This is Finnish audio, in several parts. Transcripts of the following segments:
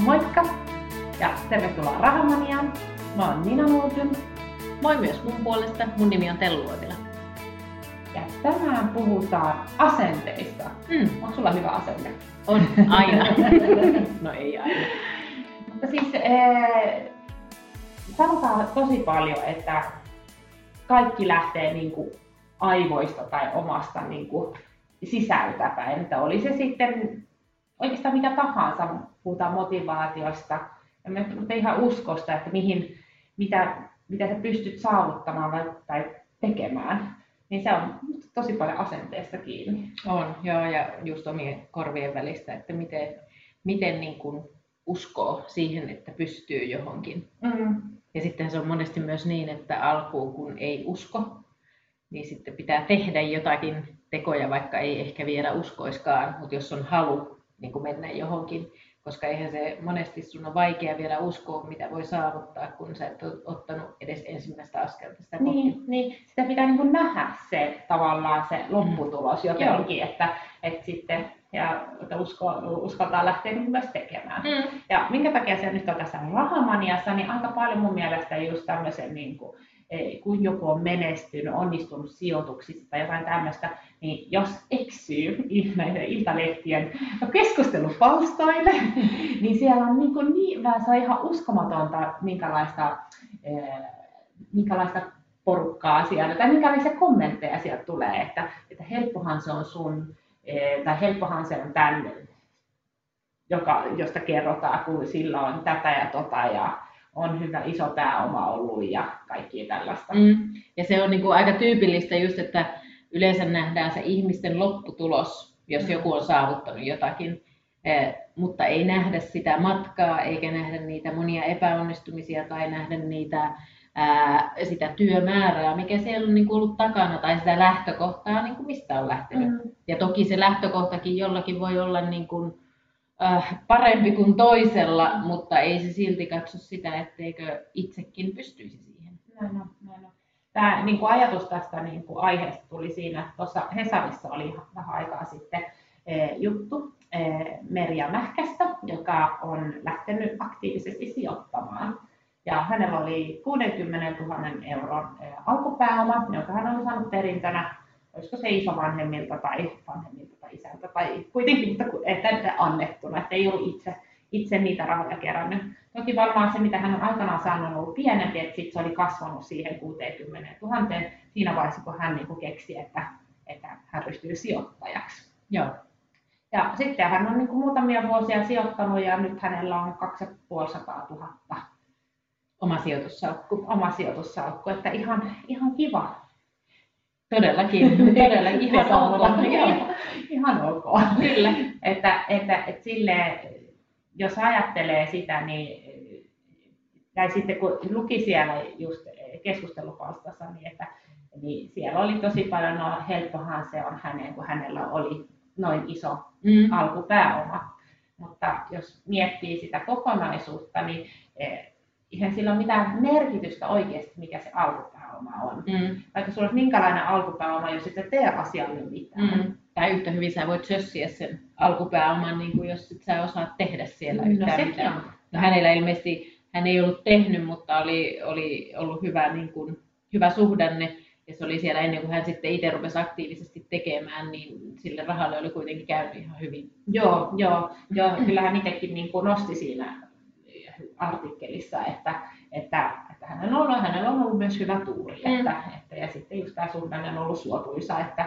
Moikka ja tervetuloa Rahamaniaan. Mä oon Nina Nuutyn. Moi myös mun puolesta. Mun nimi on Tellu Uotila. Ja tänään puhutaan asenteista. Onko sulla hyvä asenne? On aina. No ei aina. Mutta siis sanotaan tosi paljon, että kaikki lähtee niinku aivoista tai omasta niinku sisältäpäin. Että oli se sitten oikeastaan mikä tahansa, puhutaan motivaatiosta, mutta ihan uskosta, että mitä sä pystyt saavuttamaan tai tekemään, niin se on tosi paljon asenteesta kiinni. On, joo, ja just omien korvien välistä, että miten niin kuin uskoo siihen, että pystyy johonkin. Ja sitten se on monesti myös niin, että alkuun kun ei usko, niin sitten pitää tehdä jotakin tekoja, vaikka ei ehkä vielä uskoiskaan, mutta jos on halu niin kuin mennä johonkin, koska eihän se monesti sun on vaikea vielä uskoa, mitä voi saavuttaa, kun sä et ole ottanut edes ensimmäistä askelta sitä kohti. Niin, sitä pitää niin kuin nähdä se tavallaan se lopputulos jotenkin, että sitten että uskaltaa lähteä myös tekemään. Ja minkä takia se nyt on tässä Rahamaniassa, niin aika paljon mun mielestä just tämmöisen niin kuin, kun joku on menestynyt, onnistunut sijoituksissa tai jotain tämmöistä, niin jos eksyy näiden iltalehtien keskustelupalstoille, niin siellä on se on ihan uskomatonta, minkälaista porukkaa siellä, tai minkälaisia kommentteja sieltä tulee, että helppohan se on sun, tai helppohan se on tämän, josta kerrotaan, kun sillä on tätä ja tota, ja on hyvä iso pääoma ollut ja kaikkia tällaista. Ja se on niin kuin aika tyypillistä just, että yleensä nähdään se ihmisten lopputulos, jos joku on saavuttanut jotakin, mutta ei nähdä sitä matkaa, eikä nähdä niitä monia epäonnistumisia tai nähdä sitä työmäärää, mikä siellä on niin kuin ollut takana, tai sitä lähtökohtaa, niin kuin mistä on lähtenyt. Ja toki se lähtökohtakin jollakin voi olla niin kuin parempi kuin toisella, mutta ei se silti katso sitä, etteikö itsekin pystyisi siihen. Näin on. Tämä niin kuin ajatus tästä niin kuin aiheesta tuli siinä, että tuossa Hesarissa oli vähän aikaa sitten juttu Merja Mähkästä, joka on lähtenyt aktiivisesti sijoittamaan. Ja hänellä oli 60 000 euron alkupääoma, jonka hän oli saanut perintönä, olisiko se isovanhemmilta tai vanhemmilta tai isältä tai kuitenkin että annettuna, että ei ollut itse niitä rahoja kerännyt. Toki varmaan se, mitä hän on aikanaan saanut, on ollut pienempi, että sitten se oli kasvanut siihen 60 000 siinä vaiheessa, kun hän niin kuin keksi, että hän ryhtyy sijoittajaksi. Joo. Ja sitten hän on niin kuin muutamia vuosia sijoittanut ja nyt hänellä on 250 000 Oma sijoitussalkku, että ihan kiva. Todellakin ihan ok. Ihan ok. Kyllä. että silleen, jos ajattelee sitä, niin tai sitten kun luki siellä just keskustelupalstassa, niin siellä oli tosi paljon, helppohan se on hänen, kun hänellä oli noin iso alkupääoma. Mutta jos miettii sitä kokonaisuutta, niin eihän sillä ole mitään merkitystä oikeasti, mikä se alkupääoma on. Vaikka sulla olisi minkälainen alkupääoma, jos et tee asialle mitään. Tai yhtä hyvin sä voit sössiä sen alkupääoman, niin kuin jos et sä osaat tehdä siellä yhtään mitään. No, hänellä ilmeisesti, hän ei ollut tehnyt, mutta oli ollut hyvä suhdanne. Ja se oli siellä ennen kuin hän sitten itse rupesi aktiivisesti tekemään, niin sille rahalle oli kuitenkin käynyt ihan hyvin. Joo. Kyllä hän itsekin niin kuin nosti siinä artikkelissa, että hänellä on ollut myös hyvä tuuri. Ja sitten just tämä suhdanne on ollut suotuisa, että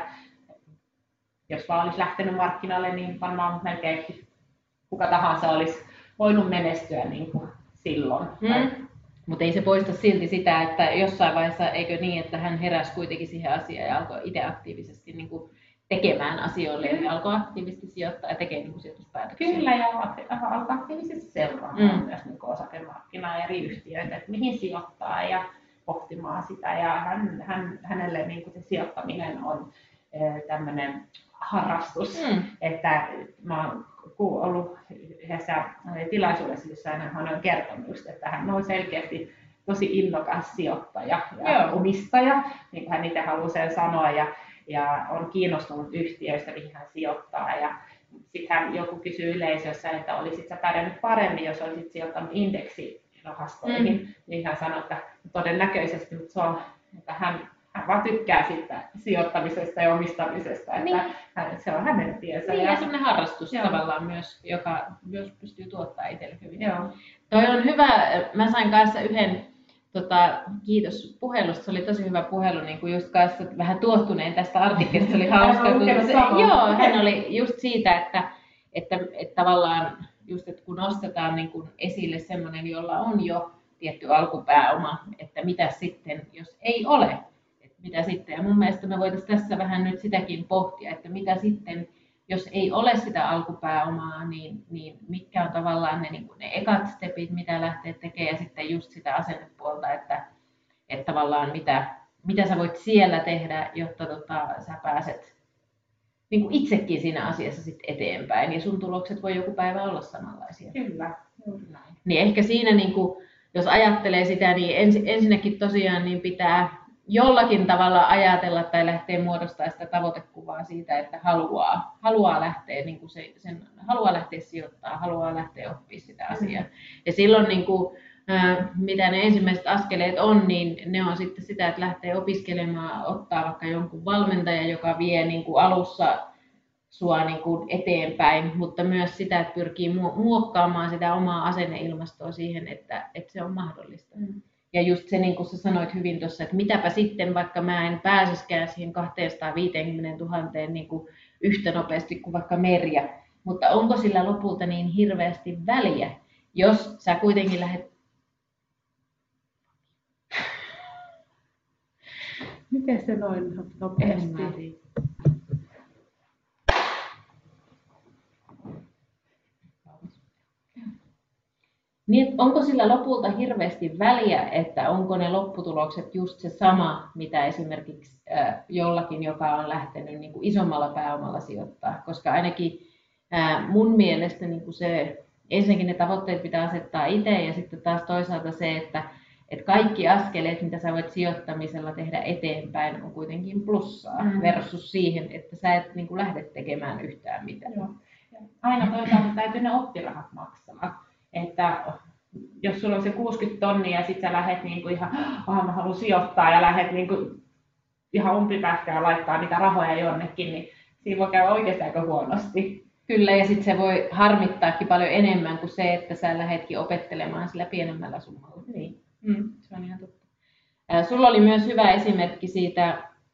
jos vaan olisi lähtenyt markkinalle, niin varmaan melkein kuka tahansa olisi voinut menestyä niin kuin silloin. Mutta ei se poista silti sitä, että jossain vaiheessa, eikö niin, että hän heräsi kuitenkin siihen asiaan ja alkoi itse aktiivisesti niin kuin tekemään asioille ja alkoi aktiivisesti sijoittaa ja tekemään niin kuin sijoituspäätöksiä. Kyllä, ja alkoi aktiivisesti seuraamaan myös niin kuin osakemarkkinaa ja eri yhtiöitä, että mihin sijoittaa ja pohtimaan sitä. Ja hänelle niin kuin se sijoittaminen on tämmöinen harrastus, että mä oon ollut yhdessä tilaisuudessa, jossa hän on kertonut just, että hän on selkeästi tosi innokas sijoittaja ja omistaja, niin kuin hän itse haluaa sen sanoa, ja on kiinnostunut yhtiöistä, mihin hän sijoittaa, sittenhän joku kysyy yleisössä, että olisit sä pärjännyt paremmin, jos olisit sijoittanut indeksirahastoihin, niin hän sanoi, että todennäköisesti, mutta se on, että hän vaan tykkää siitä sijoittamisesta ja omistamisesta, että niin. Se on hänen tiensä. Niin, ja semmoinen harrastus tavallaan myös, joka myös pystyy tuottamaan itselle hyvin. Joo. Toi on hyvä, mä sain kanssa yhden, kiitos puhelusta, se oli tosi hyvä puhelu, niin kuin just kanssa vähän tuottuneen tästä artikkelista, se oli hauska. Joo, hän oli just siitä, että tavallaan just, että kun nostetaan niin kuin esille semmoinen, jolla on jo tietty alkupääoma, että mitä sitten, jos ei ole. Mitä sitten. Ja mun mielestä me voitaisiin tässä vähän nyt sitäkin pohtia, että mitä sitten, jos ei ole sitä alkupääomaa, niin mitkä on tavallaan ne ekat stepit, mitä lähtee tekemään, ja sitten just sitä asennepuolta, että tavallaan mitä sä voit siellä tehdä, jotta sä pääset niin kuin itsekin siinä asiassa sitten eteenpäin, ja sun tulokset voi joku päivä olla samanlaisia. Kyllä. Niin ehkä siinä, niin kuin, jos ajattelee sitä, niin ensinnäkin tosiaan niin pitää jollakin tavalla ajatella tai lähteä muodostamaan sitä tavoitekuvaa siitä, että haluaa lähteä niin kuin haluaa lähteä sijoittamaan, haluaa lähteä oppimaan sitä asiaa. Ja silloin niin kuin, mitä ne ensimmäiset askeleet on, niin ne on sitten sitä, että lähtee opiskelemaan, ottaa vaikka jonkun valmentajan, joka vie niin kuin alussa sua niin kuin eteenpäin, mutta myös sitä, että pyrkii muokkaamaan sitä omaa asenneilmastoa siihen, että se on mahdollista. Ja just se, niin kuin sä sanoit hyvin tuossa, että mitäpä sitten, vaikka mä en pääsiskään siihen 250 000 niin kuin yhtä nopeasti kuin vaikka Merja, mutta onko sillä lopulta niin hirveästi väliä, jos sä kuitenkin lähdet... Miten se noin nopeasti? Niin, onko sillä lopulta hirveästi väliä, että onko ne lopputulokset just se sama, mitä esimerkiksi jollakin, joka on lähtenyt niin kuin isommalla pääomalla sijoittaa? Koska ainakin mun mielestä niin kuin ensinnäkin ne tavoitteet pitää asettaa itse, ja sitten taas toisaalta se, että kaikki askeleet, mitä sä voit sijoittamisella tehdä eteenpäin, on kuitenkin plussaa versus siihen, että sä et niin kuin lähde tekemään yhtään mitään. Joo. Aina toisaalta täytyy ne oppirahat maksaa. Että jos sulla on se 60 tonnia ja sitten sä lähdet niinku ihan, mä haluan sijoittaa ja lähdet niinku ihan umpipähkää laittaa niitä rahoja jonnekin, niin siinä voi käydä oikeasti aika huonosti. Kyllä, ja sitten se voi harmittaakin paljon enemmän kuin se, että sä lähdetkin opettelemaan sillä pienemmällä summalla. Niin. Se on ihan totta. Sulla oli myös hyvä esimerkki siitä,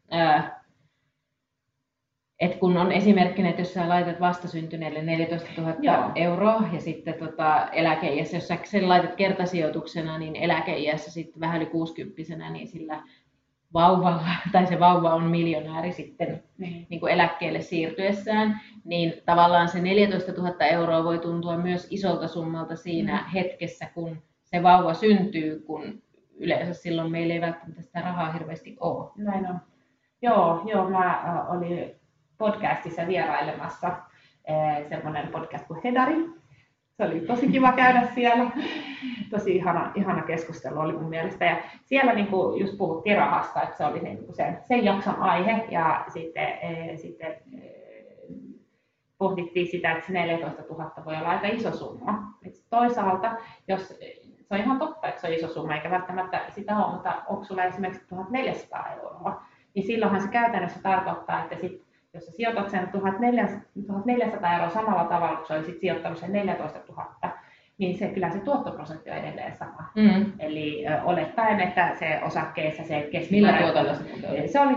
että kun on esimerkkinä, että jos sä laitat vastasyntyneelle 14 000 euroa ja sitten eläkeiässä, jos sä sen laitat kertasijoituksena, niin eläkeiässä sitten vähän yli 60-vuotiaana, niin sillä vauvalla, tai se vauva on miljonääri sitten niin kuin eläkkeelle siirtyessään, niin tavallaan se 14 000 euroa voi tuntua myös isolta summalta siinä hetkessä, kun se vauva syntyy, kun yleensä silloin meillä ei välttämättä sitä rahaa hirveästi ole. Näin on. Joo, mä olin podcastissa vierailemassa, semmoinen podcast kuin Hedari. Se oli tosi kiva käydä siellä. Tosi ihana keskustelu oli mun mielestä. Ja siellä niinku just puhuttiin rahasta, että se oli niinku sen jakson aihe. Ja sitten pohdittiin sitä, että se 14 000 voi olla aika iso summa. Et toisaalta, jos se on ihan totta, että se on iso summa, eikä välttämättä sitä ole, mutta onko sulla esimerkiksi 1400 euroa, niin silloinhan se käytännössä tarkoittaa, että jos sä sijoitat sen 1400 euroa samalla tavalla, kun sä olisit sijoittanut sen 14 000, niin kyllä se tuottoprosentti on edelleen sama. Eli olettaen, että se osakkeessa se keskimäärin... Millä tuotolla se oli? Se oli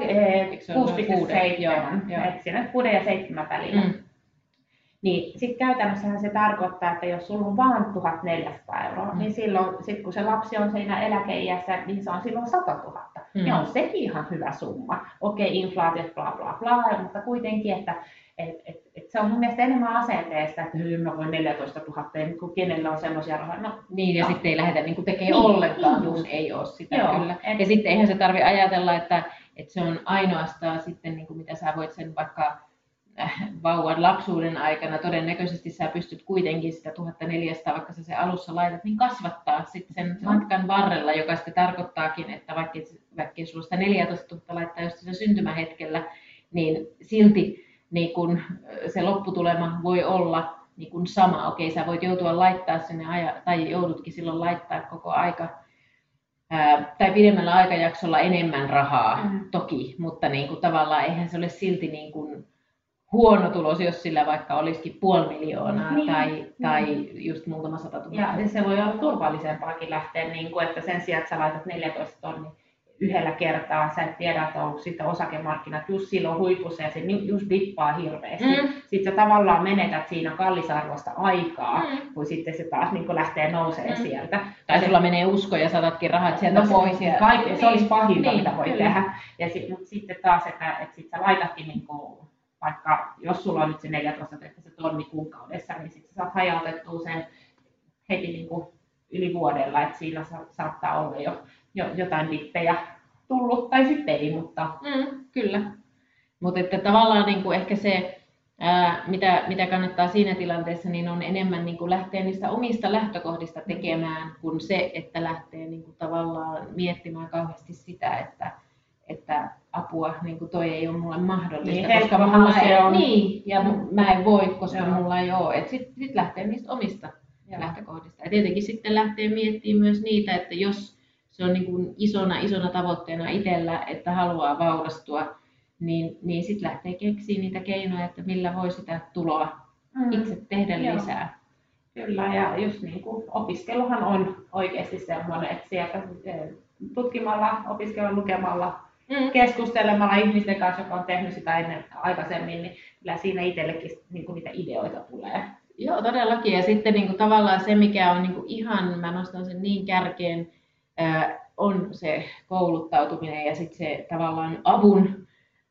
6,7, että siinä 6 ja 7 välillä. Niin sitten käytännössähän se tarkoittaa, että jos sulla on vain 1400 euroa, niin silloin sit kun se lapsi on siinä eläkeiässä, niin se on silloin 100 000. Ja on sekin ihan hyvä summa. Okei, inflaatiot bla bla bla, mutta kuitenkin, että se on mun mielestä enemmän asenteesta, että mä voin 14 000, kun kenellä on semmoisia rahoja. No, niin, ja sitten ei lähdetä niin tekemään ollenkaan, kun ei ole sitä. Joo, kyllä. Ja sitten eihän se tarvitse ajatella, että se on ainoastaan sitten, niin kuin mitä sä voit sen vaikka vauvan lapsuuden aikana, todennäköisesti sä pystyt kuitenkin sitä 1400, vaikka sä se alussa laitat, niin kasvattaa sitten sen matkan varrella, joka sitten tarkoittaakin, että vaikka sulla sitä 14 000 laittaa just sen syntymähetkellä, niin silti niin kun se lopputulema voi olla niin kun sama. Okei, sä voit joutua laittaa sinne, tai joudutkin silloin laittaa koko aika, tai pidemmällä aikajaksolla enemmän rahaa, toki, mutta niin kun tavallaan eihän se ole silti niin kun huono tulos, jos sillä vaikka olisikin 500 000 tai just muutama 100 000. Ja se voi olla turvallisempaakin lähteä, niin kuin, että sen sijaan, että sä laitat 14 tonnia yhdellä kertaa, sä et tiedä, että onko sitten osakemarkkinat just silloin huipussa ja se just dippaa hirveästi. Sitten sä tavallaan menetät siinä kallisarvoista aikaa, kun sitten se taas niin lähtee nousee sieltä. Tai sulla menee usko ja saatatkin rahat sieltä pois. Se olisi pahinta, mitä voi tehdä. Mutta sitten taas, että sit sä laitatkin niin kuin, vaikka jos sulla on nyt se 14, että se tonni kuukaudessa, niin sitten saat hajautettua sen heti niin kuin yli vuodella, että siinä saattaa olla jo jotain dippejä tullut, tai sitten ei, mutta... Kyllä. Mutta että tavallaan niin kuin ehkä se, mitä kannattaa siinä tilanteessa, niin on enemmän niin kuin lähteä niistä omista lähtökohdista tekemään, kuin se, että lähtee niin kuin tavallaan miettimään kauheasti sitä, että apua, niin kuin toi ei ole mulle mahdollista, niin, koska mulla ei ole. Niin, ja mä en voi, koska mulla ei ole. Sitten lähtee niistä omista lähtökohdista. Ja tietenkin sitten lähtee miettimään myös niitä, että jos se on niin kuin isona tavoitteena itsellä, että haluaa vaurastua, niin sitten lähtee keksiä niitä keinoja, että millä voi sitä tuloa itse tehdä lisää. Kyllä, ja just niin kuin opiskeluhan on oikeasti semmoinen, että sieltä tutkimalla, opiskella, lukemalla, keskustelemalla ihmisten kanssa, jotka on tehnyt sitä ennen aikaisemmin, niin kyllä siinä itsellekin niin kuin niitä ideoita tulee. Joo, todellakin. Ja sitten niin kuin tavallaan se, mikä on niin kuin ihan, mä nostan sen niin kärkeen, on se kouluttautuminen ja sitten se tavallaan avun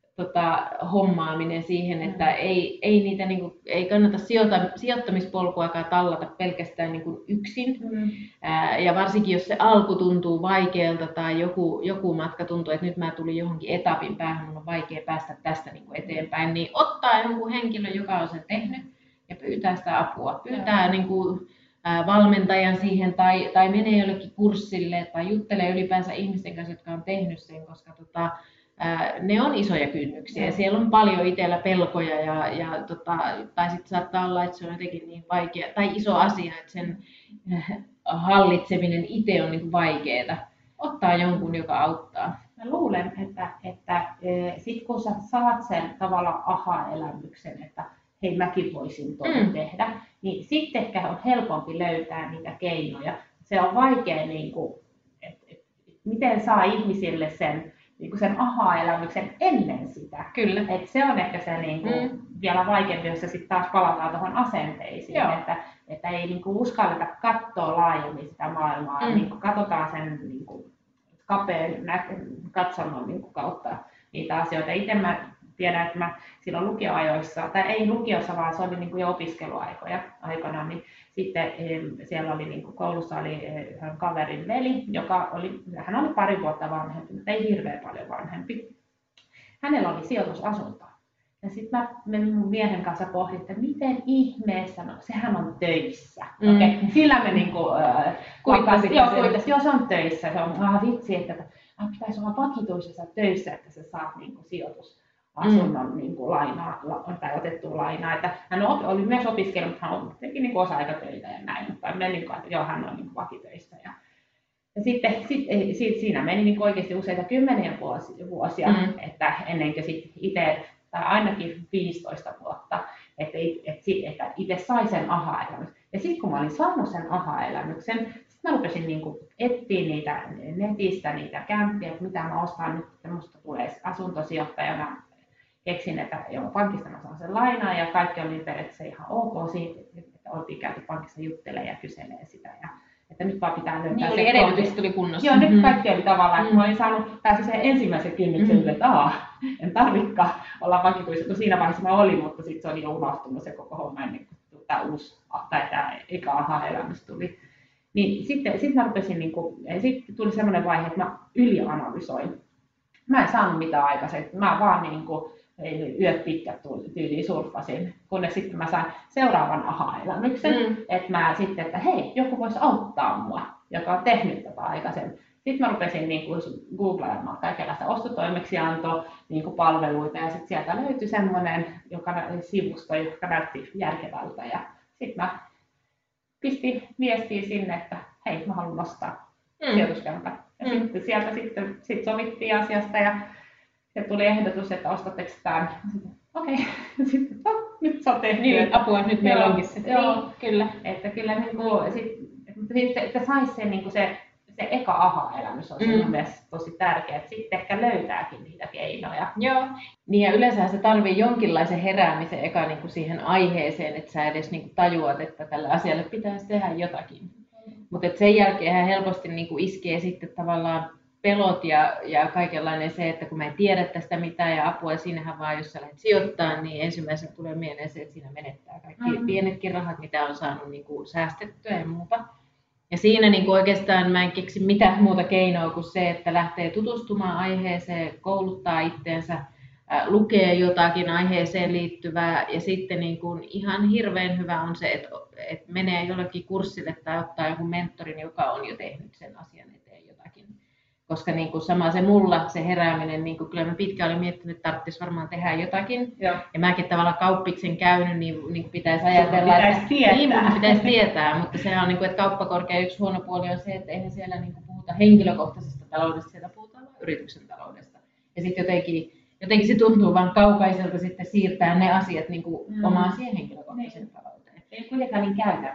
hommaaminen siihen, että ei niitä niin kuin, ei kannata sijoittamispolkuakaan tallata pelkästään niin kuin yksin. Ja varsinkin jos se alku tuntuu vaikealta tai joku matka tuntuu, että nyt mä tulin johonkin etapin päähän, mun on vaikea päästä tästä niin kuin eteenpäin, niin ottaa jonkun henkilön, joka on sen tehnyt ja pyytää sitä apua. Pyytää niin kuin, valmentajan siihen tai menee jollekin kurssille tai juttelee ylipäänsä ihmisten kanssa, jotka on tehnyt sen, koska ne on isoja kynnyksiä ja siellä on paljon itsellä pelkoja tai sitten saattaa olla, että se on jotenkin niin vaikea tai iso asia, että sen hallitseminen itse on niin vaikeaa. Ottaa jonkun, joka auttaa. Mä luulen, että sit kun sä saat sen tavallaan aha-elämyksen, että hei mäkin voisin tehdä, niin sitten ehkä on helpompi löytää niitä keinoja. Se on vaikea, niin kuin, miten saa ihmisille sen aha-elämyksen ennen sitä. Kyllä. Et se on ehkä se niin kuin, vielä vaikeampi, jos sitten taas palataan tuohon asenteisiin, että ei niin kuin, uskalleta katsoa laajemmin sitä maailmaa, niin kuin, katsotaan sen niin kuin, kapean katsoman niin kuin, kautta niitä asioita. Itse mä tiedän, että mä silloin lukioajoissa, tai ei lukiossa, vaan se oli niin kuin jo opiskeluaikana, niin sitten siellä oli niin kuin koulussa oli yhden kaverin veli, hän oli pari vuotta vanhempi, mutta ei hirveän paljon vanhempi. Hänellä oli sijoitusasunto. Ja sitten mä mun miehen kanssa pohdin, että miten ihmeessä, no sehän on töissä. Okay. Sillä me niinku joo, se on töissä. Se on vitsi, että pitäisi olla vakituisessa töissä, että sä saat niinku sijoitusasunnon niinku lainaa tai otettua lainaa. Että hän oli myös opiskellut, mutta hän teki niinku osa-aikatöitä ja näin, mutta niin että joo, hän on niinku vakitöissä. Ja sitten siinä meni niin oikeasti useita kymmeniä vuosia, että ennen kuin itse, tai ainakin 15 vuotta, että itse sai sen aha-elämyksen. Ja sitten kun mä olin saanut sen aha-elämyksen, sitten mä rupesin niin etsiä niitä netistä, niitä kämppiä, että mitä mä ostan nyt, että musta tulee asuntosijoittajana. Keksin, että pankista mä saan sen lainaa ja kaikki oli periaatteessa ihan ok siitä, että oltiin käyty pankissa juttelemaan ja kyselee sitä. Että nyt vaan pitää löytää niin se edellytys tuli kunnossa. Joo, nyt kaikki oli tavallaan, että mä olin pääsin sen ensimmäisen kynnyksen, että en tarvitsekaan olla vakituissa, kun siinä vaiheessa mä olin, mutta sitten se oli jo unohtunut se koko homma ennen kuin tämä uusi, tai tämä eka aha-elämys tuli. Niin sitten mä rupesin, sitten tuli semmoinen vaihe, että mä ylianalysoin. Mä en saanut mitään aikaisemmin, mä vaan yöt pitkät tyyliin surffasin, kunnes sitten mä sain seuraavan aha-elämyksen, että mä sitten, että hei, joku voisi auttaa mua, joka on tehnyt tätä aikaisemmin. sitten mä rupesin niin kuin googlaamaan kaikenlaista ostotoimeksiantoa, niin kuin palveluita, ja sitten sieltä löytyi semmoinen sivusto, joka näytti järkevältä. Ja sitten mä pistin viestiä sinne, että hei, mä haluan ostaa sijoituskämpän. Ja sitten sieltä sitten sovittiin asiasta, ja se tuli ehdotus, että ostatteko tämän. Okei, sitten nyt se on tehty. Niin, apua, nyt meillä onkin se. Joo, niin, kyllä. Että kyllä että saisi se, niin kuin se eka aha-elämys on mun mielestä tosi tärkeä, että sitten ehkä löytääkin niitä keinoja. Joo, niin ja yleensä se tarvii jonkinlaisen heräämisen eka niin kuin siihen aiheeseen, että sä edes niin kuin tajuat, että tälle asialle pitäisi tehdä jotakin. Mutta sen jälkeen helposti niin kuin iskee sitten tavallaan pelot ja kaikenlainen se, että kun mä en tiedä tästä mitään ja apua, ja siinähän vaan jos sä lähdet sijoittamaan, niin ensimmäisenä tulee mieleen se, että siinä menettää kaikki pienetkin rahat, mitä on saanut niin kuin säästettyä ja muuta. Ja siinä niin kuin oikeastaan mä en keksi mitään muuta keinoa kuin se, että lähtee tutustumaan aiheeseen, kouluttaa itteensä, lukee jotakin aiheeseen liittyvää ja sitten niin kuin ihan hirveän hyvä on se, että menee jollekin kurssille tai ottaa joku mentorin, joka on jo tehnyt sen asian eteen jotakin. Koska niin kuin sama se mulla, se herääminen, niin kuin kyllä mä pitkään olin miettinyt, että tarvitsisi varmaan tehdä jotakin. Joo. Ja mäkin tavallaan kauppiksen käynyt, niin pitäisi ajatella, pitäisi tietää, mutta sehän on, niin kuin, että kauppakorkean yksi huono puoli on se, että eihän siellä niin kuin puhuta henkilökohtaisesta taloudesta, siellä puhutaan vain yrityksen taloudesta. Ja sitten jotenkin se tuntuu vaan kaukaiselta sitten siirtää ne asiat niin kuin omaan siihen henkilökohtaiseen talouteen. Ei kuitenkaan niin käytä.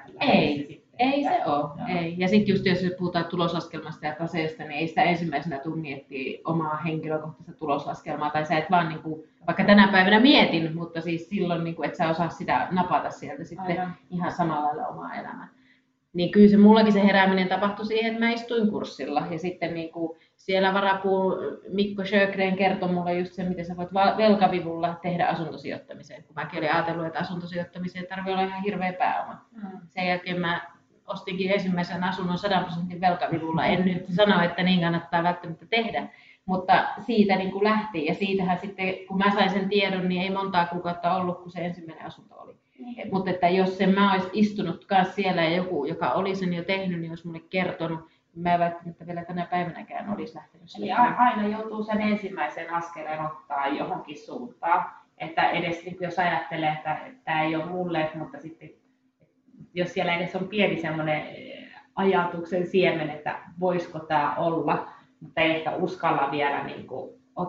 Ei se ole. Ei. Ja sitten just jos puhutaan tuloslaskelmasta ja taseesta, niin ei sitä ensimmäisenä tule miettiä omaa henkilökohtaista tuloslaskelmaa. Tai sä et vaan, niin kuin, vaikka tänä päivänä mietin, mutta siis silloin, niin kuin, et sä osaa sitä napata sieltä sitten ihan samalla lailla omaa elämää. Niin kyllä se mullakin se herääminen tapahtui siihen, että mä istuin kurssilla. Ja sitten niin kuin siellä varapuu Mikko Sjögren kertoi mulle just se, miten sä voit velkavivulla tehdä asuntosijoittamiseen. Kun mäkin olin ajatellut, että asuntosijoittamiseen tarvii olla ihan hirveä pääoma. Sen jälkeen mä ostinkin ensimmäisen asunnon 100% velkavivulla. En nyt sano, että niin kannattaa välttämättä tehdä, mutta siitä niin kuin lähti. Ja siitähän sitten, kun mä sain sen tiedon, niin ei montaa kuukautta ollut, kun se ensimmäinen asunto oli. Mutta että jos mä olisin istunut kanssa siellä ja joku, joka oli sen jo tehnyt, niin olisi mulle kertonut, niin mä en välttämättä vielä tänä päivänäkään olisi lähtenyt sille. Eli aina joutuu sen ensimmäisen askeleen ottaa johonkin suuntaan. Että edes niin jos ajattelee, että tämä ei ole mulle, mutta sitten jos siellä edes on pieni semmoinen ajatuksen siemen, että voisiko tämä olla, mutta ei ehkä uskalla vielä niin kuin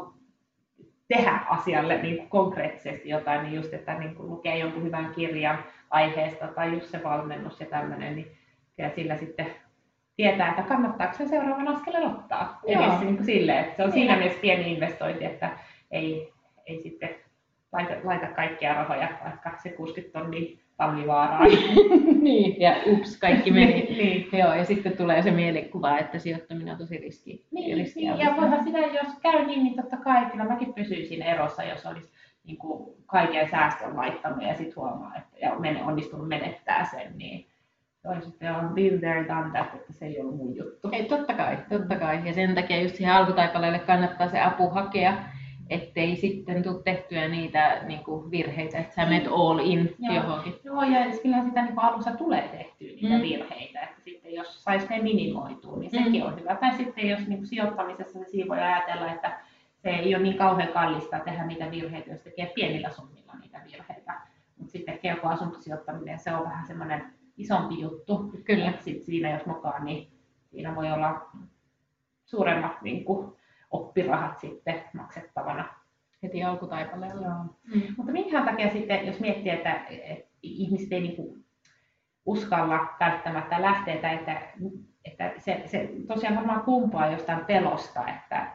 tehdä asialle niin kuin konkreettisesti jotain, niin just, että niin kuin lukee jonkun hyvän kirjan aiheesta tai just se valmennus ja tämmöinen, niin sillä sitten tietää, että kannattaako sen seuraavan askeleen ottaa. Edes niin kuin silleen, että se on siinä mielessä pieni investointi, että ei sitten laita kaikkia rahoja, vaikka se 60 tonnia Talvivaaraan. Niin, ja ups, kaikki meni. Niin. Joo, ja sitten tulee se mielikuva, että sijoittaminen on tosi riski. Niin, ja voihan sitä, jos käy niin totta kai, kyllä mäkin pysyisin erossa, jos olisi niin kuin kaiken säästön laittanut ja sitten huomaa, että onnistunut menettää sen, niin sitten on been there, done that, että se ei ollut mun juttu. Ei, totta kai. Ja sen takia just siihen alkutaipaleelle kannattaa se apu hakea, ettei sitten tule tehtyä niitä niin kuin virheitä, että sä menet all in johonkin. Joo, ja kyllähän sitä niin alussa tulee tehtyä niitä virheitä, että sitten jos saisi ne minimoitua, niin sekin on hyvä. Tai sitten jos niin kuin sijoittamisessa se siinä voi ajatella, että se ei ole niin kauhean kallista tehdä niitä virheitä, jos tekee pienillä summilla niitä virheitä. Mutta sitten joku asuntosijoittaminen, se on vähän semmoinen isompi juttu. Kyllä. Sitten siinä jos mukaan, niin siinä voi olla suuremmat niin kuin oppirahat sitten maksettavana heti alkutaipaleella. Mutta minkä takia sitten, jos miettii, että ihmiset ei niinku uskalla välttämättä lähteä, että se tosiaan varmaan kumpaa jostain pelosta. Että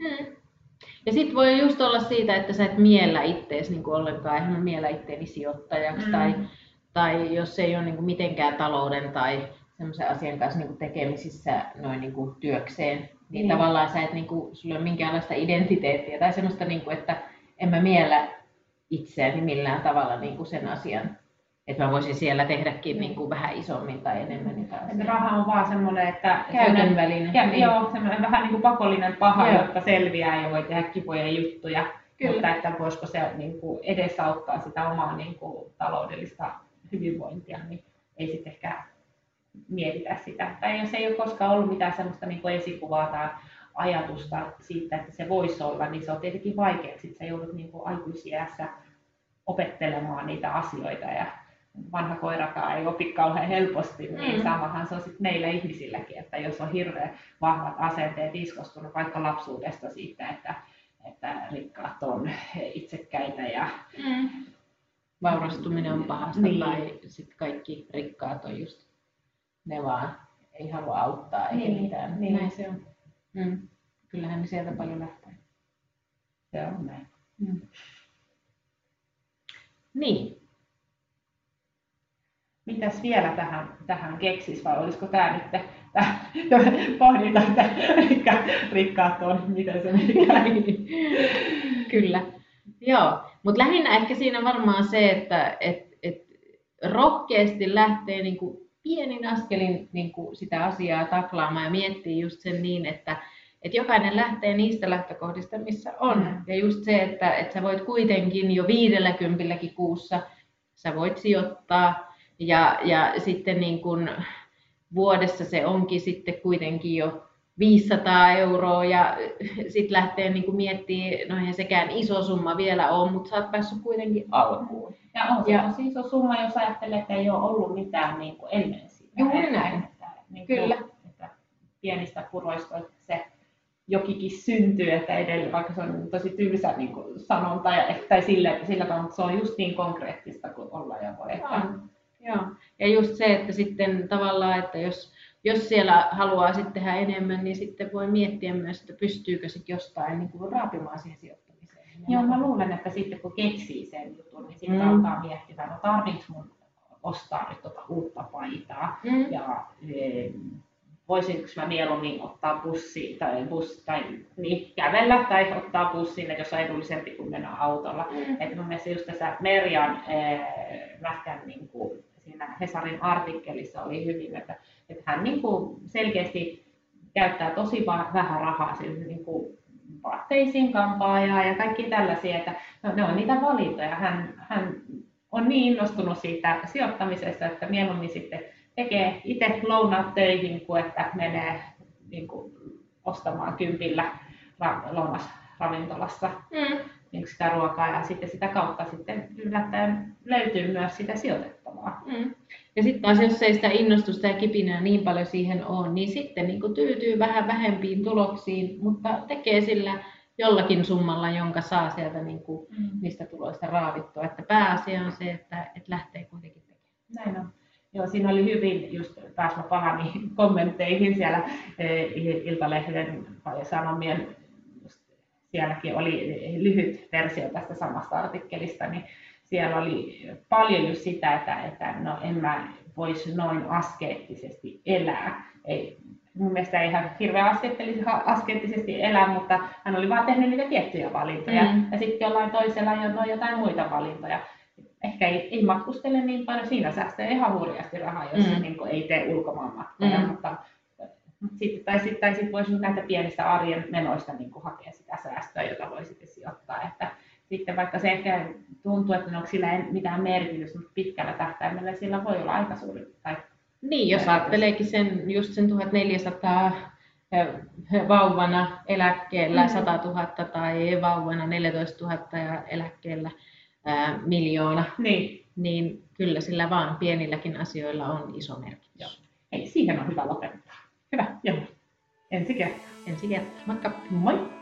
Ja sitten voi just olla siitä, että sä et miellä ittees niinku ollenkaan, eihän mä miellä itteeni sijoittajaksi, tai jos ei ole niinku mitenkään talouden tai semmoisen asian kanssa niinku tekemisissä noin niinku työkseen, niin tavallaan sä et niinku, sulla ei ole minkäänlaista identiteettiä tai semmoista, niinku, että en mä miellä itseäni millään tavalla niinku sen asian, että mä voisin siellä tehdäkin niinku vähän isommin tai enemmän niitä asioita. Raha on vaan semmoinen, että käytön väline. Joo, semmoinen vähän niin kuin pakollinen paha, jotta selviää ja voi tehdä kivoja juttuja. Kyllä. Mutta että voisiko se niin kuin edesauttaa sitä omaa niin kuin taloudellista hyvinvointia, niin ei sitten ehkä mietitä sitä. Tai jos ei ole koskaan ollut mitään sellaista niin kuin esikuvaa tai ajatusta siitä, että se voisi olla, niin se on tietenkin vaikeaksi, että sä joudut niin kuin aikuisiässä opettelemaan niitä asioita ja vanha koirakaan ei opi kauhean helposti, niin samahan se on sitten meillä ihmisilläkin, että jos on hirveän vahvat asenteet iskostunut vaikka lapsuudesta siitä, että rikkaat on itsekkäitä ja vaurastuminen on pahasta tai sitten kaikki rikkaat on just ne vaan ei halua auttaa eikä mitään. Näin se on. Kyllähän ne sieltä paljon lähtee. Se on näin. Niin. Mitäs vielä tähän keksis, vai olisiko tämä nyt pohdita, että rikkaat on, miten se menee? Kyllä. Joo, mutta lähinnä ehkä siinä varmaan se, että rohkeasti lähtee niinku pienin askelin niinku sitä asiaa taklaamaan ja miettii just sen niin, että jokainen lähtee niistä lähtökohdista, missä on. Ja just se, että sä voit kuitenkin jo 50 kuussa, sä voit sijoittaa ja sitten niin kun vuodessa se onkin sitten kuitenkin jo 500 € ja sitten lähtee niin kuin miettimään, no eihän sekään iso summa vielä ole, mutta sä oot päässyt kuitenkin alkuun. Ja on se tosi iso summa, jos ajattelee, että ei ole ollut mitään niin kuin ennen sitä. Juuri näin. Niin kyllä. Että pienistä puroista se jokikin syntyy, että edelleen, vaikka se on tosi tylsä niin kuin sanonta, tai sillä tavalla, mutta se on just niin konkreettista kuin olla ja voi. Joo. Ja just se, että sitten tavallaan, että jos siellä haluaa sitten tehdä enemmän, niin sitten voi miettiä myös, että pystyykö sitten jostain niin kuin raapimaan siihen sijoittamiseen. Joo, mä luulen, että sitten kun keksii sen jutun, niin sitten alkaa miettiä, no tarvitsenko mun ostaa nyt uutta paitaa ja voisinko mä mieluummin ottaa bussi tai kävellä tai ottaa bussin, jos on edullisempi kuin mennä autolla. Että mun mielestä just tässä Merjan Mähkän niin kuin siinä Hesarin artikkelissa oli hyvin, että hän niin kuin selkeästi käyttää tosi vähän rahaa niin kuin vaatteisiin, kampaajaan ja kaikki tällaisia, että ne on niitä valintoja. Hän on niin innostunut siitä sijoittamisesta, että mieluummin sitten tekee itse lounaat töihin, kuin että menee niin kuin ostamaan 10 lounasravintolassa sitä ruokaa ja sitten sitä kautta sitten yllättäen löytyy myös sitä sijoitettavaa. Ja sitten taas jos ei sitä innostusta ja kipinää niin paljon siihen ole, niin sitten niin kuin tyytyy vähän vähempiin tuloksiin, mutta tekee sillä jollakin summalla, jonka saa sieltä niin kuin niistä tuloista raavittua. Että pääasia on se, että lähtee kuitenkin tekemään. Näin on. Joo, siinä oli hyvin, just taas mä palaan niihin kommentteihin siellä Iltalehden ja Sanomien, sielläkin oli lyhyt versio tästä samasta artikkelista, niin siellä oli paljon just sitä, että no en mä voisi noin askeettisesti elää. Mun mielestä ei ihan hirveän askeettisesti elää, mutta hän oli vaan tehnyt niitä tiettyjä valintoja. Ja sitten jollain toisella on jotain muita valintoja. Ehkä ei matkustele niin paljon, siinä säästää ihan hurjasti rahaa, jos niin ei tee ulkomaanmatkoja. Mutta sitten voisi näitä pienistä arjen menoista niin hakea sitä säästöä, jota voi sitten sijoittaa. Että sitten vaikka se ehkä tuntuu, että onko sillä ei mitään merkitystä, mutta pitkällä tähtäimellä sillä voi olla aika suuri. Niin, jos ajatteleekin just sen 1400 vauvana eläkkeellä 100 000 tai vauvana 14 000 ja eläkkeellä 1 miljoona, niin kyllä sillä vaan pienilläkin asioilla on iso merkitys. Joo. Ei, siihen on hyvä lopettaa. Hyvä, joo. Ensi kertaa. Moikka! Moi!